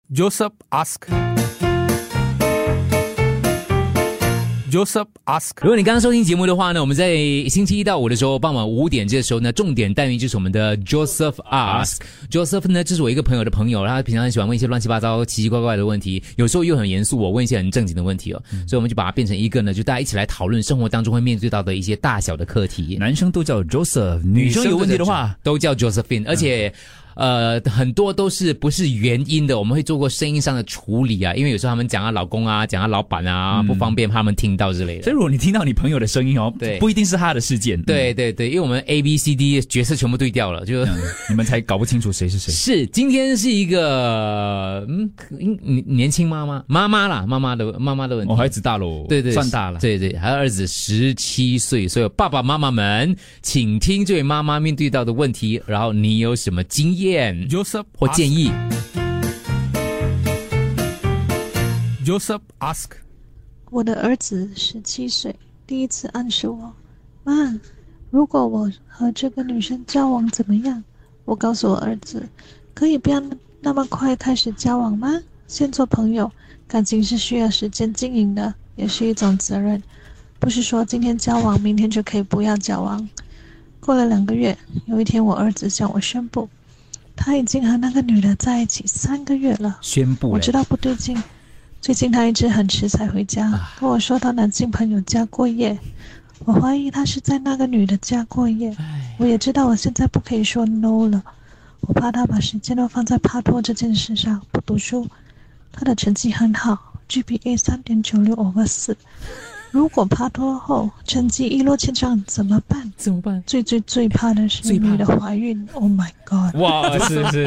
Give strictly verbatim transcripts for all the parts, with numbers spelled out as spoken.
Joseph ask。Joseph ask， 如果你刚刚收听节目的话呢，我们在星期一到五的时候，傍晚五点这个时候呢，重点单元就是我们的 Joseph ask。Joseph 呢，就是我一个朋友的朋友，他平常很喜欢问一些乱七八糟、奇奇怪怪的问题，有时候又很严肃，我问一些很正经的问题哦，嗯、所以我们就把它变成一个呢，就大家一起来讨论生活当中会面对到的一些大小的课题。 男生都叫 Joseph， 女生有问题的话都叫 Josephine， 而且。嗯呃，很多都是不是原因的，我们会做过声音上的处理啊，因为有时候他们讲啊老公啊，讲啊老板啊，嗯、不方便他们听到之类的。 所以如果你听到你朋友的声音哦， 对， 不一定是他的事件。 对对对，因为我们 A B C D 角色全部对调了，就、嗯、 你们才搞不清楚谁是谁。 是，今天是一个嗯年轻妈妈妈妈啦，妈妈的妈妈的问题。 我、哦、孩子大喽， 对对， 算大了。 对对，还有儿子十七岁，所以爸爸妈妈们，请听这位妈妈面对到的问题，然后你有什么经验？ Joseph 或建议。 Joseph ask， 我的儿子十七岁，第一次暗示我，妈，如果我和这个女生交往怎么样？我告诉我儿子，可以不要那么快开始交往吗？先做朋友，感情是需要时间经营的，也是一种责任，不是说今天交往明天就可以不要交往。过了两个月，有一天我儿子向我宣布，他已经和那个女的在一起三个月了。 宣布， 我知道不对劲。最近他一直很迟才回家，跟我说到男性朋友家过夜。我怀疑他是在那个女的家过夜。我也知道我现在不可以说 no 了，我怕他把时间都放在帕托这件事上，不读书。他的成绩很好 ，G P A 三点九六 over 四。如果帕托后成绩一落千丈怎么办？ 怎么办？ 最最最怕的是女的怀孕。Oh my god！ 哇，是是。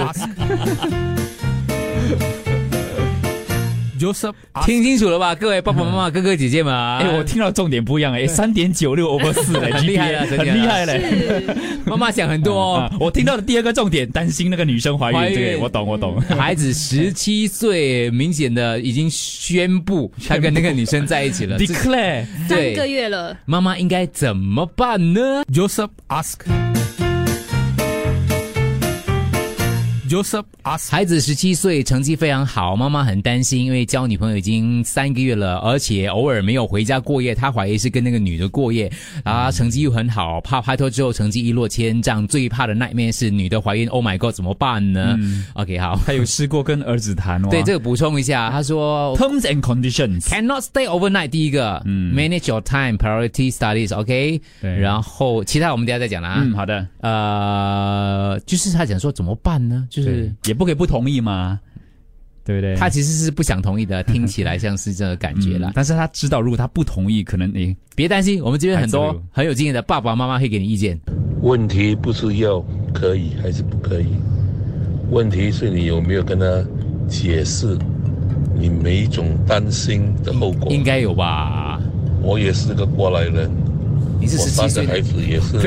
Joseph， 听清楚了吧，各位爸爸妈妈、哥哥姐姐们？ 哎、欸，我听到重点不一样哎，三点九六 over 四嘞， 很厉害了， 很厉害嘞。 妈妈想很多哦、 啊。我听到的第二个重点，担心那个女生怀孕，怀孕这个我懂，我懂。 孩子十七岁，明显的已经宣布他跟那个女生在一起了 ，declare 三个月了。 妈妈应该怎么办呢 ？Joseph ask。Joseph ask， 孩子十七岁，成绩非常好，妈妈很担心，因为交女朋友已经三个月了，而且偶尔没有回家过夜，她怀疑是跟那个女的过夜，啊，成绩又很好，怕拍拖之后成绩一落千丈，最怕的那一面是女的怀孕 ，Oh my God， 怎么办呢、嗯、？OK， 好， 他有试过跟儿子谈哦。 对，这个补充一下，他说 Terms and conditions cannot stay overnight， 第一个、嗯、，manage your time, priority studies，OK，、okay? 对， 然后其他我们等一下再讲了啊。 嗯，好的， 呃，就是他讲说怎么办呢？就是也不可以不同意嘛，对不对？ 他其实是不想同意的，听起来像是这个感觉啦、嗯。 但是他知道，如果他不同意，可能你别担心，我们这边很多很有经验的爸爸妈妈会给你意见。 问题不是要可以还是不可以，问题是你有没有跟他解释你每一种担心的后果。 应该有吧？ 我也是个过来人。 你是十七岁的孩子也是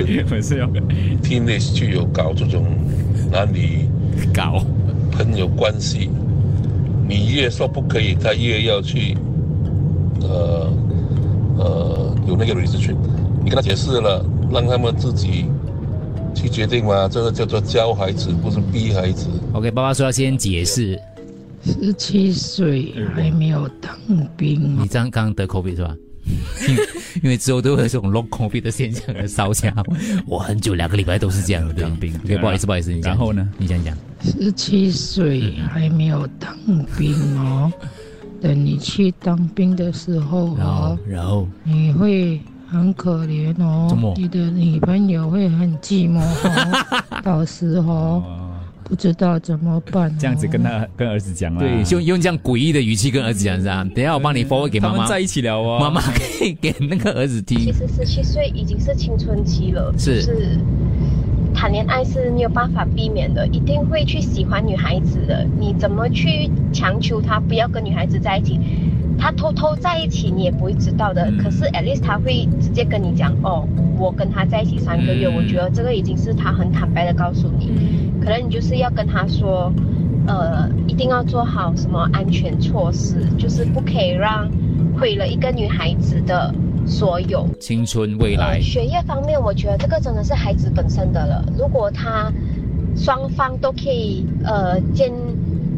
teenage 就有搞这种男女搞朋友关系，你越说不可以，他越要去呃呃有那个 restriction。你跟他解释了，让他们自己去决定嘛，这个叫做教孩子，不是逼孩子。 OK， 爸爸说要先解释。 十七岁还没有当兵。 你刚刚得 COVID 是吧？因为之后都会有这种 long COVID 的现象的烧香，我很久两个礼拜都是这样的当兵。OK， 不好意思，不好意思，你讲。 然后呢？ 你讲讲。 十七岁还没有当兵哦，等你去当兵的时候哦， 然后你会很可怜哦，你的女朋友会很寂寞哦，到时候。不知道怎么办、哦， 这样子跟他跟儿子讲啦。 对，就用这样诡异的语气跟儿子讲，是吧？等一下我帮你 forward 给妈妈。 他们在一起了哦， 妈妈可以给那个儿子听。 其实十七岁已经是青春期了， 是。 就是谈恋爱是没有办法避免的，一定会去喜欢女孩子的。你怎么去强求他不要跟女孩子在一起？他偷偷在一起你也不会知道的、嗯、可是 at least 他会直接跟你讲，哦，我跟他在一起三个月、嗯、我觉得这个已经是他很坦白的告诉你、嗯、可能你就是要跟他说呃，一定要做好什么安全措施，就是不可以让毁了一个女孩子的所有青春未来、 呃、学业方面我觉得这个真的是孩子本身的了，如果他双方都可以呃坚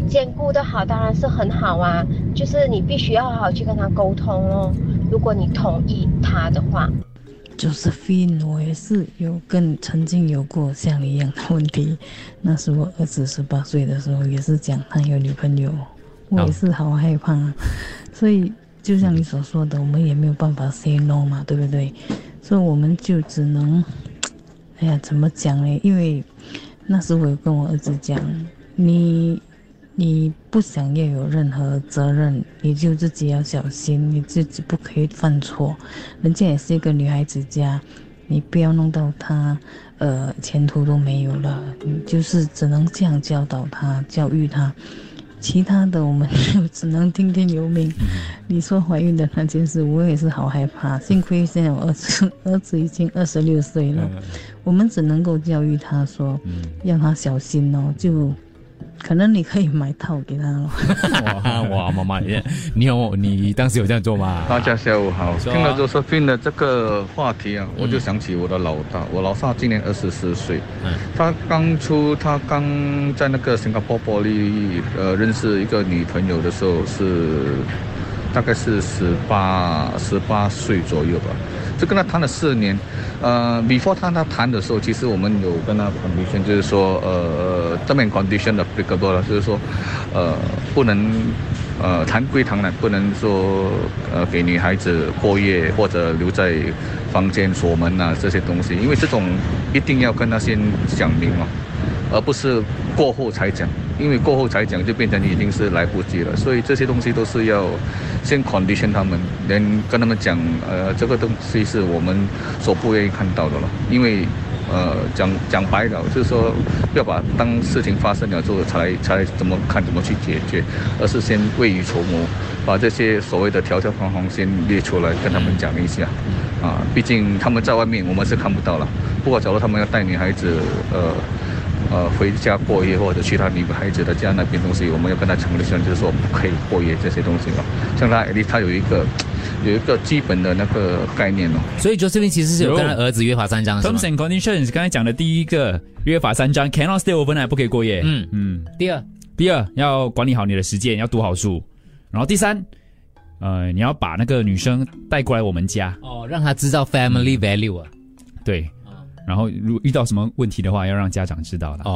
兼顾的好，当然是很好啊。就是你必须要好好去跟他沟通哦。如果你同意他的话。 Josephine， 我也是有跟曾经有过像你一样的问题。那时我儿子十八岁的时候，也是讲他有女朋友，我也是好害怕。哦、所以就像你所说的，我们也没有办法 say no 嘛，对不对？所以我们就只能，哎呀，怎么讲呢？因为那时我有跟我儿子讲，你。你不想要有任何责任，你就自己要小心，你自己不可以犯错。人家也是一个女孩子家，你不要弄到她，呃，前途都没有了。你就是只能这样教导她、教育她，其他的我们就只能听天由命。你说怀孕的那件事，我也是好害怕。幸亏现在我儿子儿子已经二十六岁了，我们只能够教育他说，让他小心哦，就。可能你可以买套给他了。 哇哇，妈妈，你有你当时有这样做吗？ 大家下午好，听了 Josephine 的这个话题啊，我就想起我的老大，我老大今年二十四岁，嗯，他刚出，他刚在那个新加坡玻璃呃认识一个女朋友的时候是，大概是十八十八岁左右吧。就跟他谈了四年，呃 ，before 他他谈的时候，其实我们有跟他 condition， 就是说，呃，这边 condition 的 applicable 了，就是说，呃，不能，呃，谈归谈了，不能说，呃，给女孩子过夜或者留在房间锁门啊这些东西，因为这种一定要跟他先讲明嘛，而不是过后才讲。因为过后才讲就变成已经是来不及了，所以这些东西都是要先 condition 他们，连跟他们讲，呃，这个东西是我们所不愿意看到的了。因为，呃，讲讲白了，就是说不要把当事情发生了之后才才怎么看怎么去解决，而是先未雨绸缪，把这些所谓的条条框框先列出来，跟他们讲一下。啊，毕竟他们在外面我们是看不到了。不过假如他们要带女孩子，呃。呃，回家过夜或者去他女孩子的家那边东西，我们要跟他澄清，就是说不可以过夜这些东西嘛。像他，他有一个有一个基本的那个概念哦。 所以 Josephine 其实是有跟他儿子约法三章。 Terms and conditions 刚才讲的第一个约法三章 ，cannot stay overnight， 不可以过夜。 嗯嗯。第二， 第二要管理好你的时间，要读好书。然后第三，呃，你要把那个女生带过来我们家。 哦，让她知道 family value 啊。 对。然后，如果遇到什么问题的话，要让家长知道的。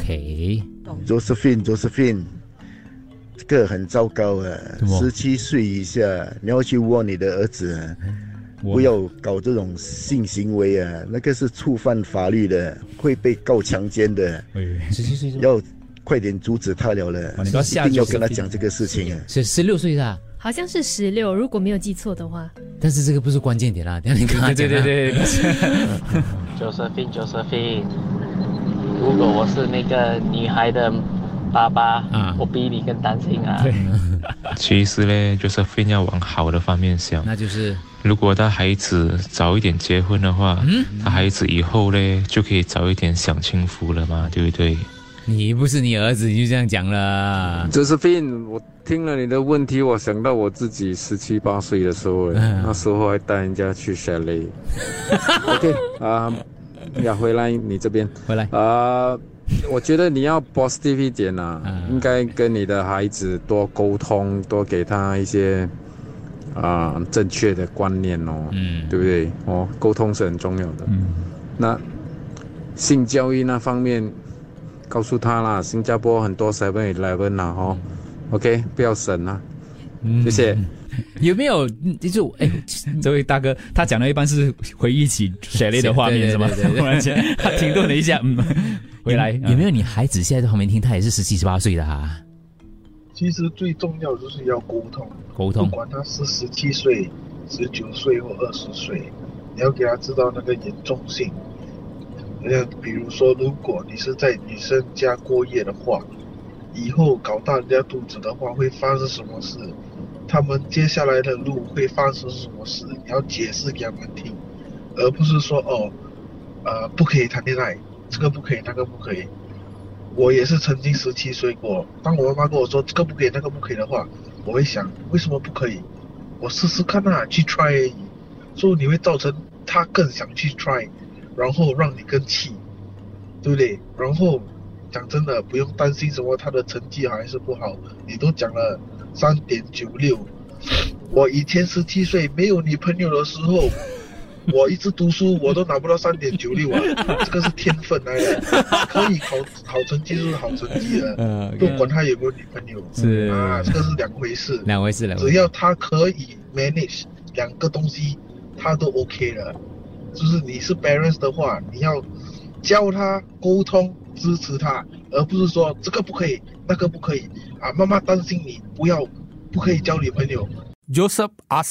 OK。Josephine Josephine， 这个很糟糕啊！十七岁以下，你要去问你的儿子，不要搞这种性行为啊！那个是触犯法律的，会被告强奸的。 十七岁要快点阻止他了了，一定要跟他讲这个事情啊！ 是十六岁的。 好像是十六，如果没有记错的话。 但是这个不是关键点啦，等下你跟他讲。 对对对对。 Josephine Josephine， 如果我是那个女孩的爸爸，啊、我比你更担心啊。 对。其实呢 ，Josephine 要往好的方面想， 那就是如果他孩子早一点结婚的话，嗯，他孩子以后呢就可以早一点享清福了嘛，对不对？ 你不是你儿子，你就这样讲了。 Josephine， 我听了你的问题，我想到我自己十七八岁的时候，嗯、那时候还带人家去 chalet。OK 啊、呃，呀，回来你这边， 回来啊、呃，我觉得你要 positive 一点啊，嗯、应该跟你的孩子多沟通，多给他一些啊、呃、正确的观念哦，嗯，对不对？哦，沟通是很重要的。嗯，那性教育那方面。告诉他啦，新加坡很多 seven eleven 啦，哦、嗯、，OK， 不要省啦，嗯、谢谢。 有没有就是哎， 这位大哥他讲的一般是回忆起血泪的画面是吗？突然间他停顿了一下，嗯，回来有没有你孩子现在在旁边听，他也是十七十八岁的哈？ 其实最重要就是要沟通， 沟通， 不管他是十七岁、十九岁或二十岁，你要给他知道那个严重性。呃，比如说，如果你是在女生家过夜的话，以后搞大人家肚子的话，会发生什么事？他们接下来的路会发生什么事？你要解释给他们听，而不是说哦，呃，不可以谈恋爱，这个不可以，那个不可以。我也是曾经十七岁过，当我妈妈跟我说这个不可以，那个不可以的话，我会想为什么不可以？我试试看啊，去 try 而已。所以你会造成他更想去 try。然后让你更气，对不对？然后讲真的，不用担心什么他的成绩好还是不好，你都讲了三点九六。我以前十七岁没有女朋友的时候，我一直读书，我都拿不到三点九六啊，这个是天分来的，可以考好成绩就是好成绩的，呃、不管他有没有女朋友， 是啊，这个是两回事， 两回事，两回事。 只要他可以 manage 两个东西，他都 OK 了。就是你是 parents 的话，你要教他沟通，支持他，而不是说这个不可以，那个不可以啊，妈妈担心你，不要，不可以交女朋友。 Joseph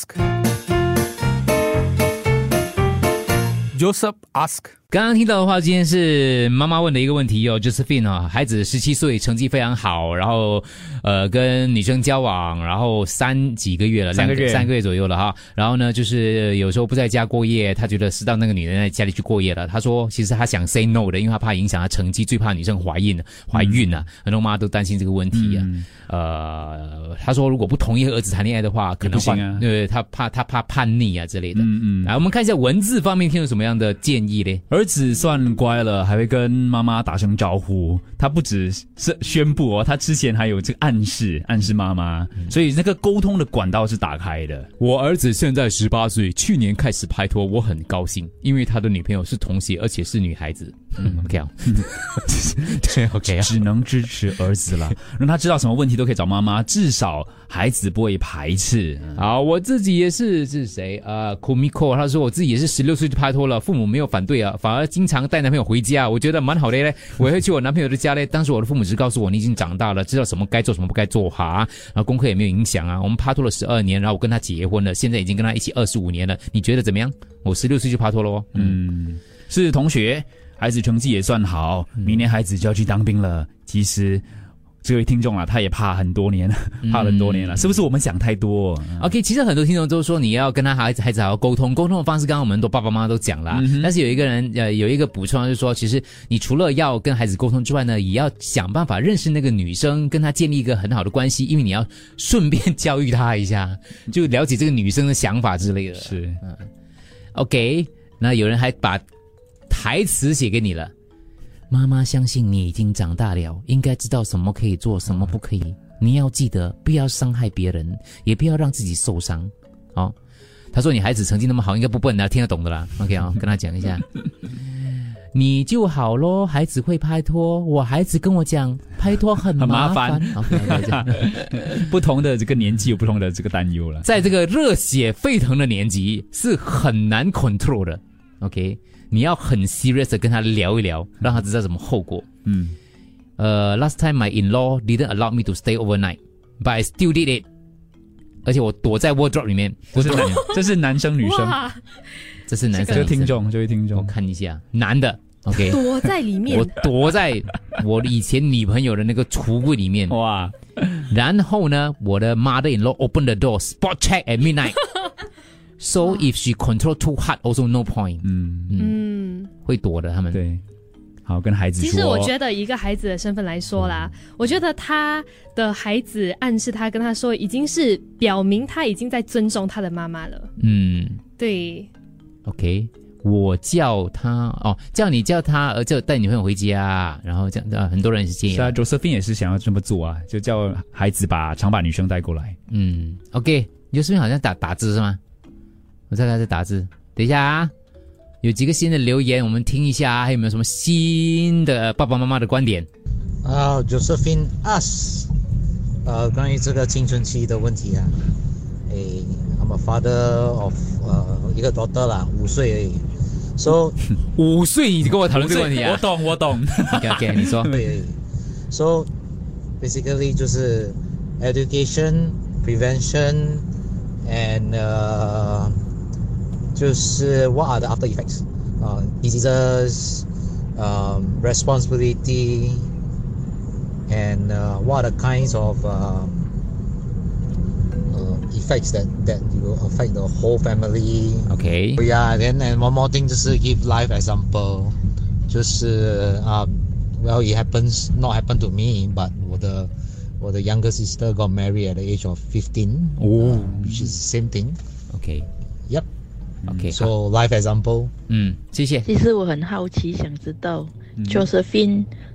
ask。Joseph ask。 刚刚听到的话，今天是妈妈问的一个问题哦 ，Josephine 啊，孩子十七岁，成绩非常好，然后呃跟女生交往，然后三几个月了， 三个月三个月左右了哈。然后呢，就是有时候不在家过夜，他觉得适当那个女人在家里去过夜了。他说，其实他想 say no 的，因为他怕影响他成绩，最怕女生怀孕怀孕啊，很多妈都担心这个问题啊。嗯、呃，他说如果不同意和儿子谈恋爱的话，可能会啊，对他怕他怕叛逆啊之类的。嗯嗯。来，我们看一下文字方面听有什么样的建议嘞？ 儿子算乖了，还会跟妈妈打声招呼。他不只是宣布哦，他之前还有这个暗示，暗示妈妈，嗯、所以那个沟通的管道是打开的。 我儿子现在十八岁，去年开始拍拖，我很高兴，因为他的女朋友是同学，而且是女孩子。嗯 ，OK 啊，对 ，OK 啊， 只能支持儿子了，让他知道什么问题都可以找妈妈，至少孩子不会排斥。 好，我自己也是，是谁啊 ？Kumiko， 他说我自己也是十六岁就拍拖了，父母没有反对啊，反而经常带男朋友回家，我觉得蛮好的嘞。我会去我男朋友的家嘞，当时我的父母只告诉我你已经长大了，知道什么该做什么不该做哈，然后功课也没有影响啊。我们拍拖了十二年，然后我跟他结婚了，现在已经跟他一起二十五年了，你觉得怎么样？我十六岁就拍拖了哦。 嗯，是同学。孩子成绩也算好，明年孩子就要去当兵了。其实这位听众啊，他也怕很多年，怕很多年了，嗯、是不是我们想太多 ？OK， 其实很多听众都说你要跟他孩子孩子好好沟通，沟通的方式刚刚我们很多爸爸妈妈都讲了，嗯、但是有一个人呃有一个补充就是说，其实你除了要跟孩子沟通之外呢，也要想办法认识那个女生，跟她建立一个很好的关系，因为你要顺便教育她一下，就了解这个女生的想法之类的。 是， 嗯 ，OK， 那有人还把台词写给你了，妈妈相信你已经长大了，应该知道什么可以做，什么不可以。你要记得，不要伤害别人，也不要让自己受伤。哦，他说你孩子成绩那么好，应该不笨的，听得懂的啦。OK 啊、哦，跟他讲一下，你就好咯，孩子会拍拖，我孩子跟我讲，拍拖很麻烦。 很麻烦 okay, 不同的这个年纪有不同的这个担忧了， 在这个热血沸腾的年纪是很难 control 的。OK。你要很 serious 的跟他聊一聊，让他知道什么后果。嗯，呃、uh, ，last time my in-law didn't allow me to stay overnight, but I still did it。而且我躲在 wardrobe 里面。 这是这是男生女生？ 这是男生。 这位听众，这位听众， 我看一下，男的。OK， 躲在里面。 我躲在我以前女朋友的那个橱柜里面。哇！然后呢，我的 mother-in-law opened the door, spot check at midnight。So if she control too hard, also no point. 嗯嗯，会躲的他们。 对，好跟孩子说。 其实我觉得，一个孩子的身份来说啦，嗯、我觉得他的孩子暗示他跟他说，已经是表明他已经在尊重他的妈妈了。嗯，对。 OK， 我叫他哦，叫你叫他儿子带女朋友回家，然后这样啊，很多人也是建议。 是啊 ，Josephine 也是想要这么做啊，就叫孩子把常把女生带过来。 嗯 ，OK，Josephine 好像打打字是吗？我再开始打字，等一下啊，有几个新的留言，我们听一下，还有没有什么新的爸爸妈妈的观点？ 啊、uh, ，Josephine us， 呃，关于这个青春期的问题啊，诶 ，I'm a father of 呃一个 daughter 啦，五岁而已 ，so 五岁你跟我讨论这个问题啊？ 我懂，我懂。 OK OK， 你说。 对 ，so basically 就是 education prevention and 呃、uh,。就是 what are the after effects? Uh, diseases, um, responsibility, and uh, what are the kinds of uh, uh, effects that that will affect the whole family? Okay. Yeah, then and one more thing 就是 give life example. 就是啊、uh, well it happens not happen to me, but 我的我的 younger sister got married at the age of fifteen. Oh, uh, which is the same thing. Okay. Yep.OK， so life example。 嗯，谢谢。 其实我很好奇，想知道、嗯、Josephine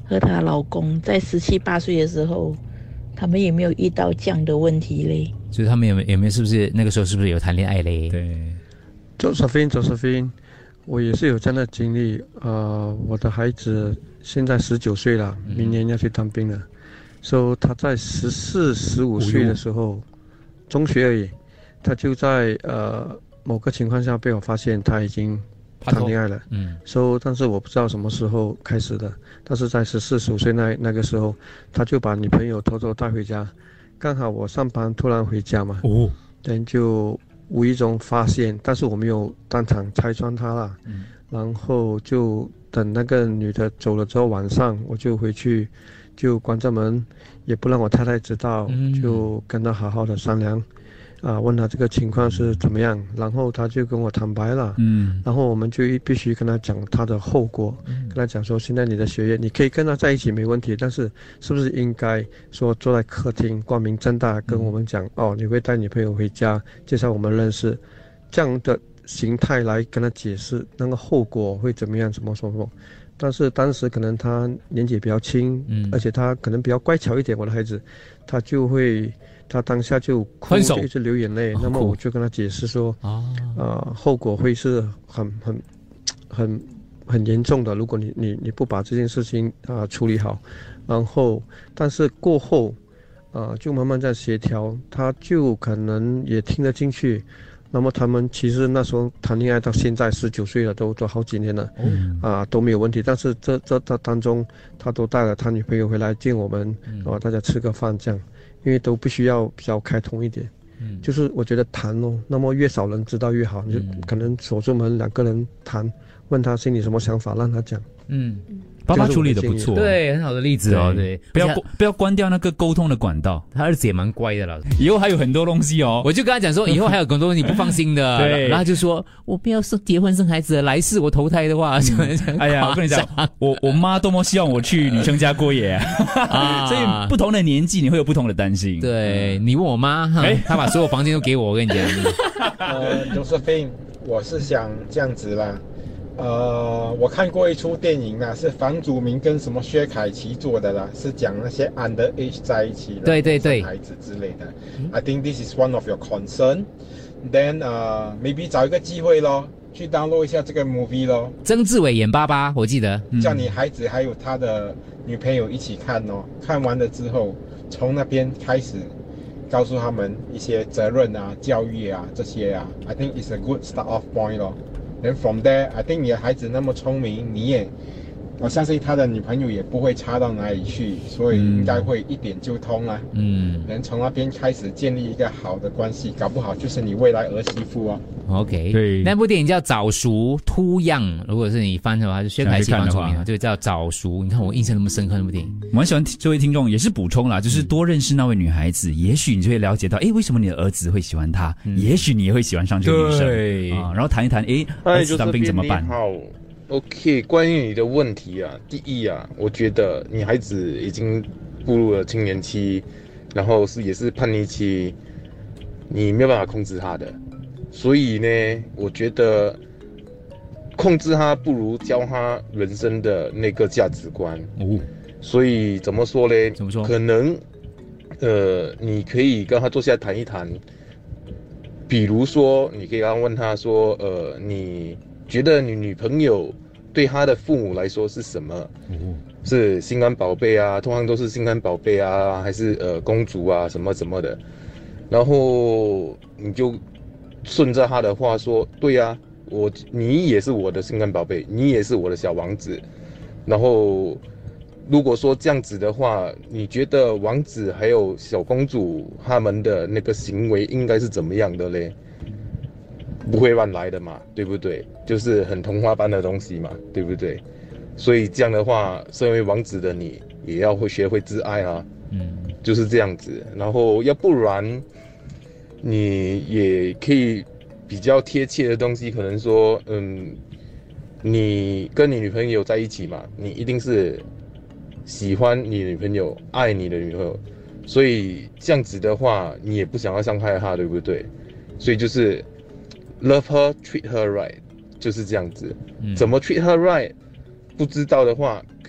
和她老公在十七八岁的时候，他们也没有遇到这样的问题嘞。 所以他们有没有有没有是不是那个时候是不是有谈恋爱嘞？ 对 ，Josephine Josephine， 我也是有这样的经历。呃，我的孩子现在十九岁了，明年要去当兵了。所以他在十四、十五岁的时候，中学而已，他就在呃某个情况下被我发现他已经谈恋爱了。嗯，所以但是我不知道什么时候开始的，但是在十四、十五岁那那个时候，他就把女朋友偷偷带回家，刚好我上班突然回家嘛，哦，然后就无意中发现，但是我没有当场拆穿他了。嗯，然后就等那个女的走了之后，晚上我就回去。就关着门，也不让我太太知道，嗯、就跟他好好的商量，啊，问他这个情况是怎么样，然后他就跟我坦白了，嗯，然后我们就必须跟他讲他的后果，嗯、跟他讲说，现在你的学业，你可以跟他在一起没问题，但是是不是应该说坐在客厅光明正大跟我们讲，嗯、哦，你会带女朋友回家，介绍我们认识，这样的形态来跟他解释那个后果会怎么样，什么什么什么。但是当时可能他年纪也比较轻，嗯，而且他可能比较乖巧一点，我的孩子，他就会，他当下就哭，就一直流眼泪。那么我就跟他解释说，啊，呃，后果会是很很很很严重的，如果你你你不把这件事情啊、呃、处理好，然后，但是过后，啊、呃，就慢慢在协调，他就可能也听得进去。那么他们其实那时候谈恋爱到现在十九岁了，都都好几年了，嗯、啊都没有问题。但是这这这当中，他都带了他女朋友回来见我们，嗯、啊大家吃个饭这样，因为都必须要比较开通一点。嗯，就是我觉得谈哦，那么越少人知道越好，嗯、就可能锁住门两个人谈，问他心里什么想法，让他讲。嗯。 爸爸处理的不错， 对，很好的例子哦，对， 不要不要关掉那个沟通的管道。 他儿子也蛮乖的了， 以后还有很多东西哦。 我就跟他讲说，以后还有很多东西你不放心的，对，然后他就说我不要生结婚生孩子，来世我投胎的话，嗯、 哎呀，我跟你讲，我我妈多么希望我去女生家过夜啊，所以不同的年纪你会有不同的担心。 对，你问我妈，哎，她把所有房间都给我，我跟你讲。 呃，Josephine，我是想这样子啦。呃，我看过一出电影啦，是房祖名跟什么薛凯琪做的啦，是讲那些 underage 在一起的， 对对对， 孩子之类的。嗯、I think this is one of your concern. Then 呃、uh, ，maybe 找一个机会咯，去 download 一下这个 movie 咯。 曾志伟演爸爸，我记得， 叫你孩子还有他的女朋友一起看哦。看完了之后，从那边开始告诉他们一些责任啊、教育啊这些啊。I think it's a good start off point 咯。Then from there, I think 你的孩子那么聪明，你也，我相信他的女朋友也不会差到哪里去，所以应该会一点就通了。嗯，能从那边开始建立一个好的关系，搞不好就是你未来儿媳妇哦。 OK， 对，那部电影叫《早熟 Too Young》，如果是你翻的话，就薛凯琪蛮出名的，就叫《早熟》。你看我印象那么深刻那部电影， 我很喜欢这位听众，也是补充啦，就是多认识那位女孩子，也许你就会了解到，哎，为什么你的儿子会喜欢她？嗯、也许你也会喜欢上这个女生。对啊，然后谈一谈，哎，儿子当兵怎么办？ 好 ，OK， 关于你的问题啊，第一啊，我觉得你孩子已经步入了青年期，然后是也是叛逆期，你没有办法控制他的。所以呢，我觉得控制他不如教他人生的那个价值观。哦，所以怎么说呢？ 怎么说？ 可能，呃，你可以跟他坐下来谈一谈。比如说，你可以刚问他说，呃，你觉得你女朋友对他的父母来说是什么？哦，是心肝宝贝啊，通常都是心肝宝贝啊，还是呃公主啊，什么什么的？然后你就顺着他的话说，对呀、啊，我你也是我的心肝宝贝，你也是我的小王子。然后如果说这样子的话，你觉得王子还有小公主他们的那个行为应该是怎么样的嘞？不会乱来的嘛，对不对？就是很童话般的东西嘛，对不对？所以这样的话，身为王子的你也要会学会自爱啊，嗯，就是这样子。然后要不然你也可以比较贴切的东西，可能说，嗯，你跟你女朋友在一起嘛，你一定是喜欢你女朋友，爱你的女朋友，所以这样子的话，你也不想要伤害她，对不对？所以就是 love her, treat her right， 就是这样子。嗯、怎么 treat her right？ 不知道的话，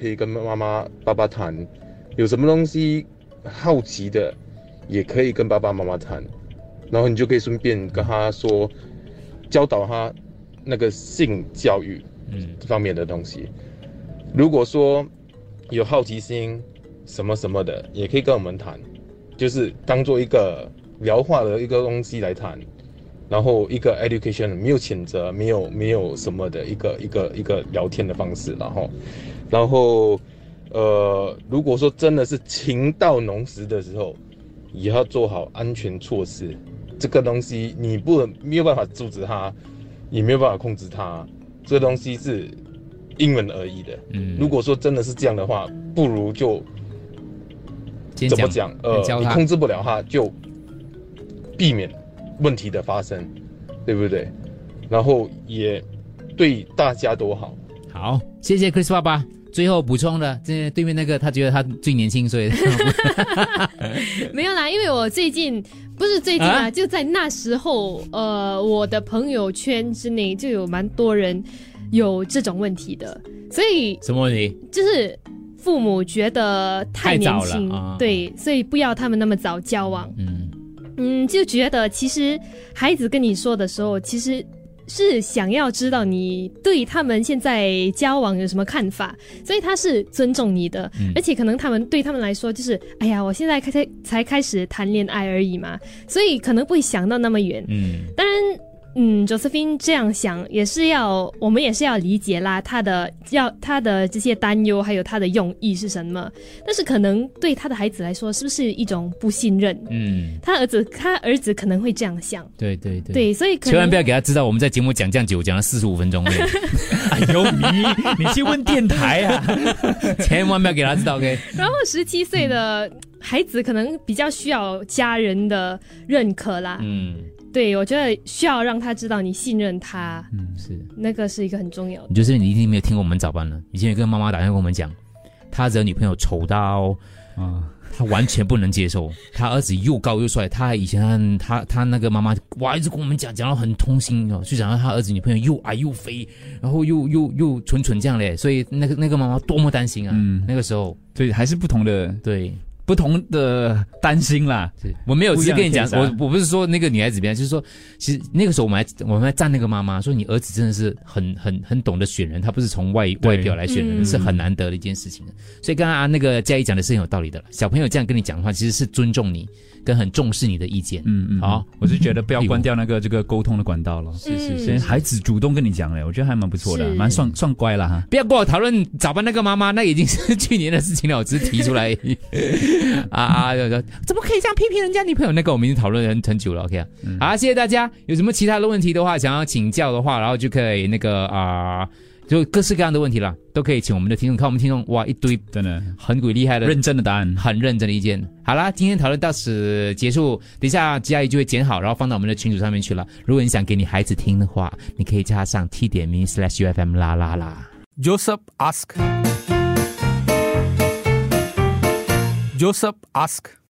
可以跟妈妈、爸爸谈，有什么东西好奇的，也可以跟爸爸妈妈谈，然后你就可以顺便跟他说，教导他那个性教育方面的东西。如果说有好奇心什么什么的，也可以跟我们谈，就是当做一个聊化的一个东西来谈。然后一个 education 没有谴责，没有没有什么的一个一个一个聊天的方式，然后，然后，呃，如果说真的是情到浓时的时候，也要做好安全措施。这个东西你不能没有办法阻止它，也没有办法控制它，这个东西是因人而异的。嗯，如果说真的是这样的话，不如就怎么讲？呃，你控制不了它，就避免问题的发生，对不对？然后也对大家都好。 好，谢谢 Chris 爸爸。最后补充的，这对面那个他觉得他最年轻，所以没有啦，因为我最近不是最近啦、啊，就在那时候，呃，我的朋友圈之内就有蛮多人有这种问题的，所以什么问题？ 就是父母觉得太年轻， 太早了啊、 对，所以不要他们那么早交往。嗯。嗯，就觉得其实孩子跟你说的时候，其实是想要知道你对他们现在交往有什么看法，所以他是尊重你的，嗯、而且可能他们对他们来说就是，哎呀，我现在开才才开始谈恋爱而已嘛，所以可能不会想到那么远。嗯，当然。嗯 Josephine 这样想也是要，我们也是要理解啦，他的要他的这些担忧，还有他的用意是什么。但是可能对他的孩子来说，是不是一种不信任？嗯，他儿子他儿子可能会这样想。 对对对， 对，所以可能千万不要给他知道我们在节目讲这样久，讲了四十五分钟。 哎呦你，你去问电台啊！ 千万不要给他知道 ，OK？ 然后十七岁的孩子可能比较需要家人的认可啦。嗯。对，我觉得需要让他知道你信任他，嗯，是那个是一个很重要的。 你就是你一定没有听过我们早班了，以前有跟妈妈打电话跟我们讲，他惹女朋友丑到啊，他完全不能接受。他儿子又高又帅，他以前他他那个妈妈哇一直跟我们讲，讲到很痛心哦，就讲到他儿子女朋友又矮又肥，然后又又又蠢蠢这样嘞，所以那个那个妈妈多么担心啊，嗯，那个时候， 所以还是不同的对。不同的担心啦， 我没有直接跟你讲，我我不是说那个女孩子怎么样，就是说，其实那个时候我们还我们还站那个妈妈，说你儿子真的是很很很懂得选人，他不是从外外表来选人，嗯、是很难得的一件事情的。所以刚刚那个嘉怡讲的是很有道理的了，小朋友这样跟你讲的话，其实是尊重你，跟很重视你的意见。嗯嗯， 好，我是觉得不要关掉那个这个沟通的管道了。是是是，孩子主动跟你讲嘞，我觉得还蛮不错的，蛮算算乖了哈。 不要跟我讨论早班那个妈妈，那已经是去年的事情了，我只是提出来啊啊。怎么可以这样批评人家女朋友？那个我们已经讨论很很久了 ，OK 啊、嗯。好，谢谢大家。有什么其他的问题的话，想要请教的话，然后就可以那个啊、呃，就各式各样的问题啦，都可以请我们的听众。看我们听众哇，一堆真的很鬼厉害的认真的答案， 很认真的意见。好啦，今天讨论到此结束，等一下嘉怡就会剪好，然后放到我们的群组上面去了。如果你想给你孩子听的话，你可以加上 t 点 me slash ufm 啦啦啦。 Joseph ask. Joseph ask.